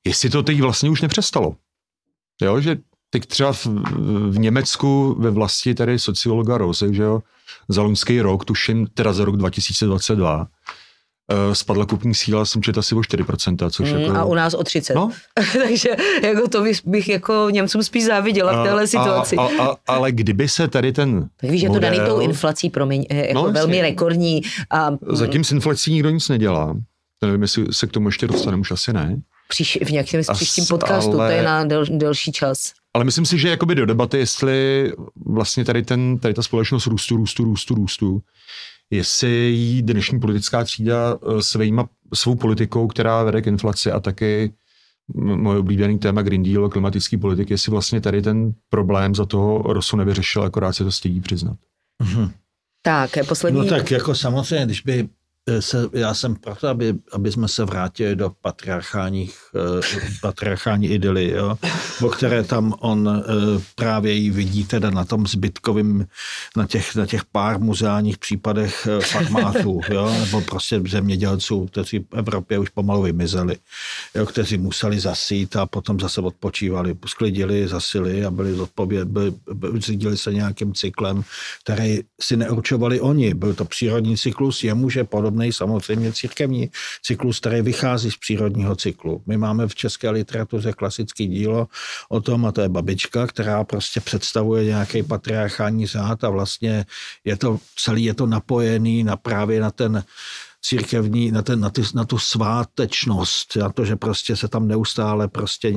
jestli to teď vlastně už nepřestalo. Jo, že teď třeba v Německu ve vlasti tady sociologa Rose, že jo, za loňský rok, tuším teda za rok 2022, spadla kupní síla, jsem četl asi o 4%, což jako... A u nás o 30%. No. Takže jako to bych jako Němcům spíš záviděla v téhle situaci. Ale kdyby se tady ten tak víš, že to daný tou inflací, promiň, jako velmi rekordní. Zatím s inflací nikdo nic nedělá. Nevím, jestli se k tomu ještě dostaneme, už asi ne. V nějakém příštím podcastu, to je na delší čas. Ale myslím si, že jakoby do debaty, jestli vlastně tady ta společnost růstu, jestli jí dnešní politická třída svou politikou, která vede k inflaci a taky moje oblíbený téma Green Deal, klimatický politik, jestli vlastně tady ten problém za toho Rosu nevyřešil, akorát se to stydí přiznat. Tak, poslední... No tak jako samozřejmě, když by já jsem proto, aby jsme se vrátili do patriarchální idyly, jo, o které tam on právě ji vidí teda na tom zbytkovým, na těch pár muzeálních případech farmářů, jo, nebo prostě zemědělců, kteří v Evropě už pomalu vymizeli, jo, kteří museli zasít a potom zase odpočívali, sklidili, zasili a řídili se nějakým cyklem, který si neurčovali oni. Byl to přírodní cyklus, jemuže podobný samozřejmě církevní cyklus, který vychází z přírodního cyklu. My máme v české literatuře klasický dílo o tom, a to je Babička, která prostě představuje nějaký patriarchální řád a vlastně je to napojený právě na ten církevní, na tu svátečnost, na to, že prostě se tam neustále prostě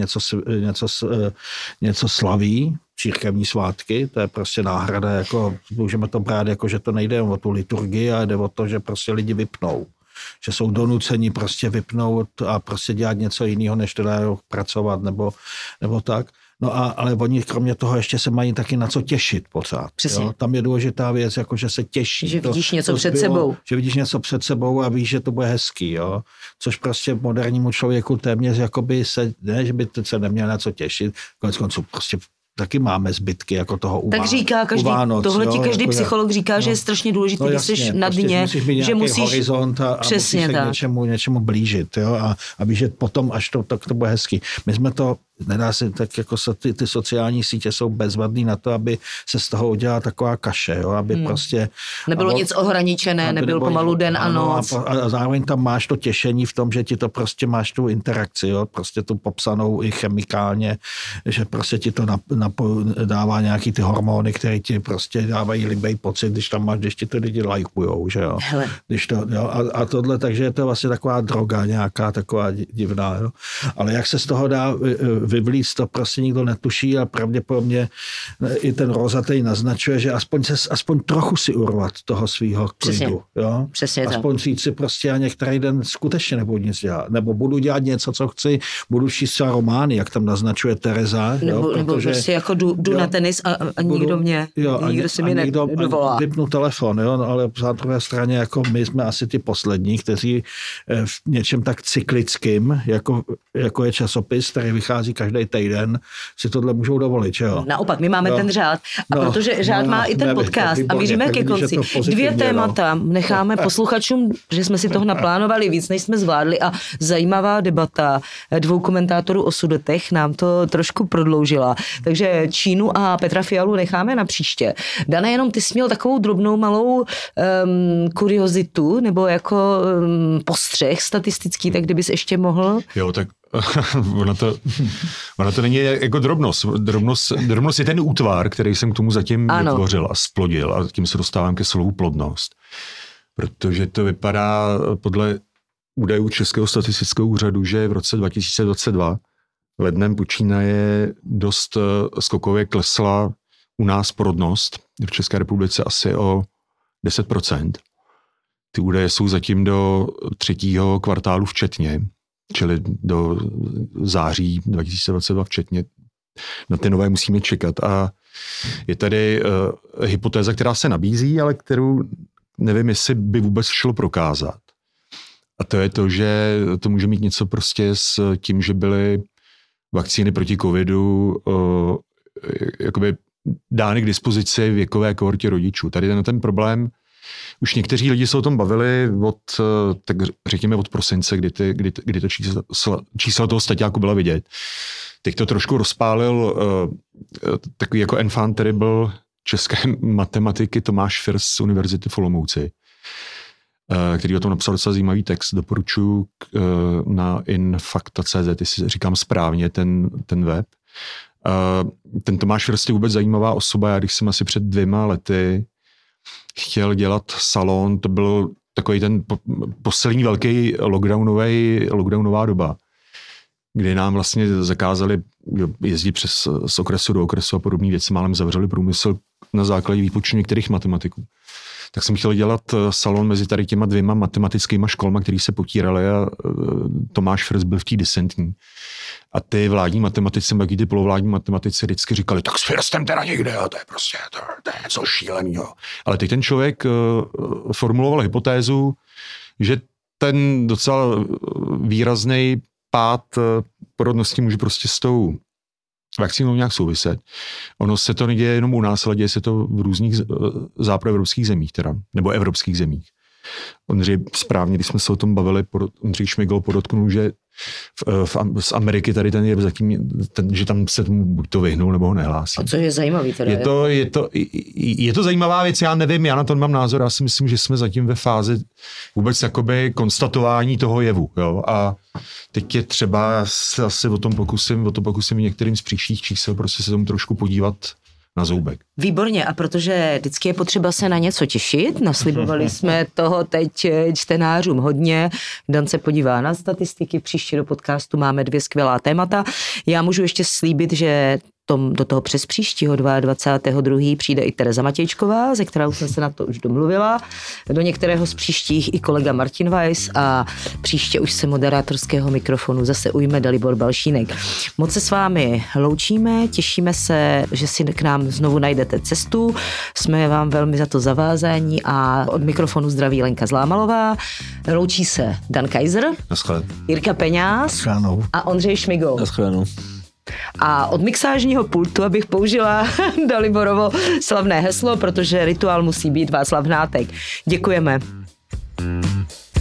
něco slaví, církevní svátky, to je prostě náhrada, jako můžeme to brát jako, že to nejde o tu liturgii, ale jde o to, že prostě lidi vypnou. Že jsou donuceni prostě vypnout a prostě dělat něco jiného, než teda pracovat nebo tak. No ale oni kromě toho ještě se mají taky na co těšit pořád. Jo? Tam je důležitá věc, jako že se těší. Že vidíš něco před sebou. Že vidíš něco před sebou a víš, že to bude hezký. Jo? Což prostě modernímu člověku téměř jakoby že by se neměl na co těšit. Konec konců prostě taky máme zbytky jako toho Tak říká každý, tohle ti každý psycholog říká, že je strašně důležitý, když jsi na dně, že musíš horizont a musíš se k něčemu blížit, jo, a víš, že potom, až to bude hezký. My jsme to, nedá se, tak jako ty sociální sítě jsou bezvadný na to, aby se z toho udělala taková kaše, jo, aby prostě... Nebylo nic ohraničené, nebyl pomalu den a noc. A zároveň tam máš to těšení v tom, že ti to prostě máš tu interakci, jo, prostě tu popsanou i chemikálně, že prostě ti to dává nějaký ty hormony, které ti prostě dávají libej pocit, když ti to lidi lajkujou, že jo. A tohle, takže je to vlastně taková droga nějaká, taková divná, jo. Ale jak se z toho dá vyvlíct, to prostě nikdo netuší a pravděpodobně i ten Rozatej naznačuje, že aspoň trochu si urvat toho svýho klidu, jo. Přesně aspoň říct si prostě, já některý den skutečně nebudu nic dělat, nebo budu dělat něco, co chci, budu číst třeba romány, jak tam naznačuje Tereza, nebo prostě jako jdu na tenis a nikdo nikdo si mě nedovolá. Vypnu telefon, jo, ale na druhé straně jako my jsme asi ty poslední, kteří v něčem tak cyklickým, jako je časopis, který vychází každý týden, si tohle můžou dovolit, jo. Naopak, my máme ten řád. A protože řád má i ten podcast a míříme ke konci. 2 témata necháme posluchačům, že jsme si toho naplánovali víc, než jsme zvládli a zajímavá debata 2 komentátorů o Sudetech nám to trošku prodloužila. Takže Čínu a Petra Fialu necháme na příště. Dana, jenom ty jsi měl takovou drobnou malou kuriozitu, nebo jako postřeh statistický, tak kdybys ještě mohl. Jo, tak ona to není jako drobnost. Drobnost je ten útvar, který jsem k tomu zatím vytvořil a splodil a tím se dostávám ke slovu plodnost. Protože to vypadá podle údajů Českého statistického úřadu, že v roce 2022 lednem počínaje dost skokově klesla u nás porodnost v České republice asi o 10%. Ty údaje jsou zatím do 3. kvartálu včetně, čili do září 2022 včetně. Na ty nové musíme čekat. A je tady hypotéza, která se nabízí, ale kterou nevím, jestli by vůbec šlo prokázat. A to je to, že to může mít něco prostě s tím, že byly vakcíny proti covidu jakoby dány k dispozici věkové kohortě rodičů. Tady ten problém už někteří lidi se o tom bavili tak řekněme od prosince, kdy to číslo toho staťáku bylo vidět. Teď to trošku rozpálil takový jako enfant terrible české matematiky Tomáš Firs z Univerzity v Olomouci, který o tom napsal docela zajímavý text. Doporučuji na infakta.cz, jestli říkám správně ten web. Ten Tomáš Firs je vůbec zajímavá osoba. Já když jsem asi před 2 lety chtěl dělat salon, to byl takový ten poslední velký lockdownová doba, kdy nám vlastně zakázali jezdit z okresu do okresu a podobné věci, málem zavřeli průmysl na základě výpočtu některých matematiků. Tak jsem chtěl dělat salon mezi tady těma 2 matematickými školama, který se potírali a Tomáš Firs byl v té disentní. A ty vládní matematici, taky ty polovládní matematici vždycky říkali, tak s Firstem teda nikde, a to je prostě, to je něco šílenýho. Ale teď ten člověk formuloval hypotézu, že ten docela výrazný pád porodnosti může prostě s tou vakcínou nějak souviset. Ono se to neděje jenom u nás, ale děje se to v různých západoevropských zemích, teda, nebo evropských zemích. Ondřej správně, když jsme se o tom bavili, Ondřej Šmigl podotknul, že z Ameriky tady ten je zatím, že tam se tomu buď to vyhnul, nebo ho nehlásí. A co je zajímavý teda? Je to zajímavá věc, já nevím, já na to mám názor, já si myslím, že jsme zatím ve fázi vůbec jakoby konstatování toho jevu, jo, a teď je třeba se asi o to pokusím některým z příštích čísel prostě se tomu trošku podívat na zoubek. Výborně, a protože vždycky je potřeba se na něco těšit, naslibovali jsme toho teď čtenářům hodně, Dan se podívá na statistiky, příště do podcastu máme 2 skvělá témata. Já můžu ještě slíbit, že do toho přes příštího 22. přijde i Tereza Matějčková, ze kterou jsem se na to už domluvila. Do některého z příštích i kolega Martin Weiss a příště už se moderátorského mikrofonu zase ujme Dalibor Balšínek. Moc se s vámi loučíme, těšíme se, že si k nám znovu najdete cestu. Jsme vám velmi za to zavázáni a od mikrofonu zdraví Lenka Zlámalová. Loučí se Dan Kaiser, Jirka Peňáz a Ondřej Šmigol. A od mixážního pultu, abych použila Daliborovo slavné heslo, protože rituál musí být Václav Hnátek. Děkujeme.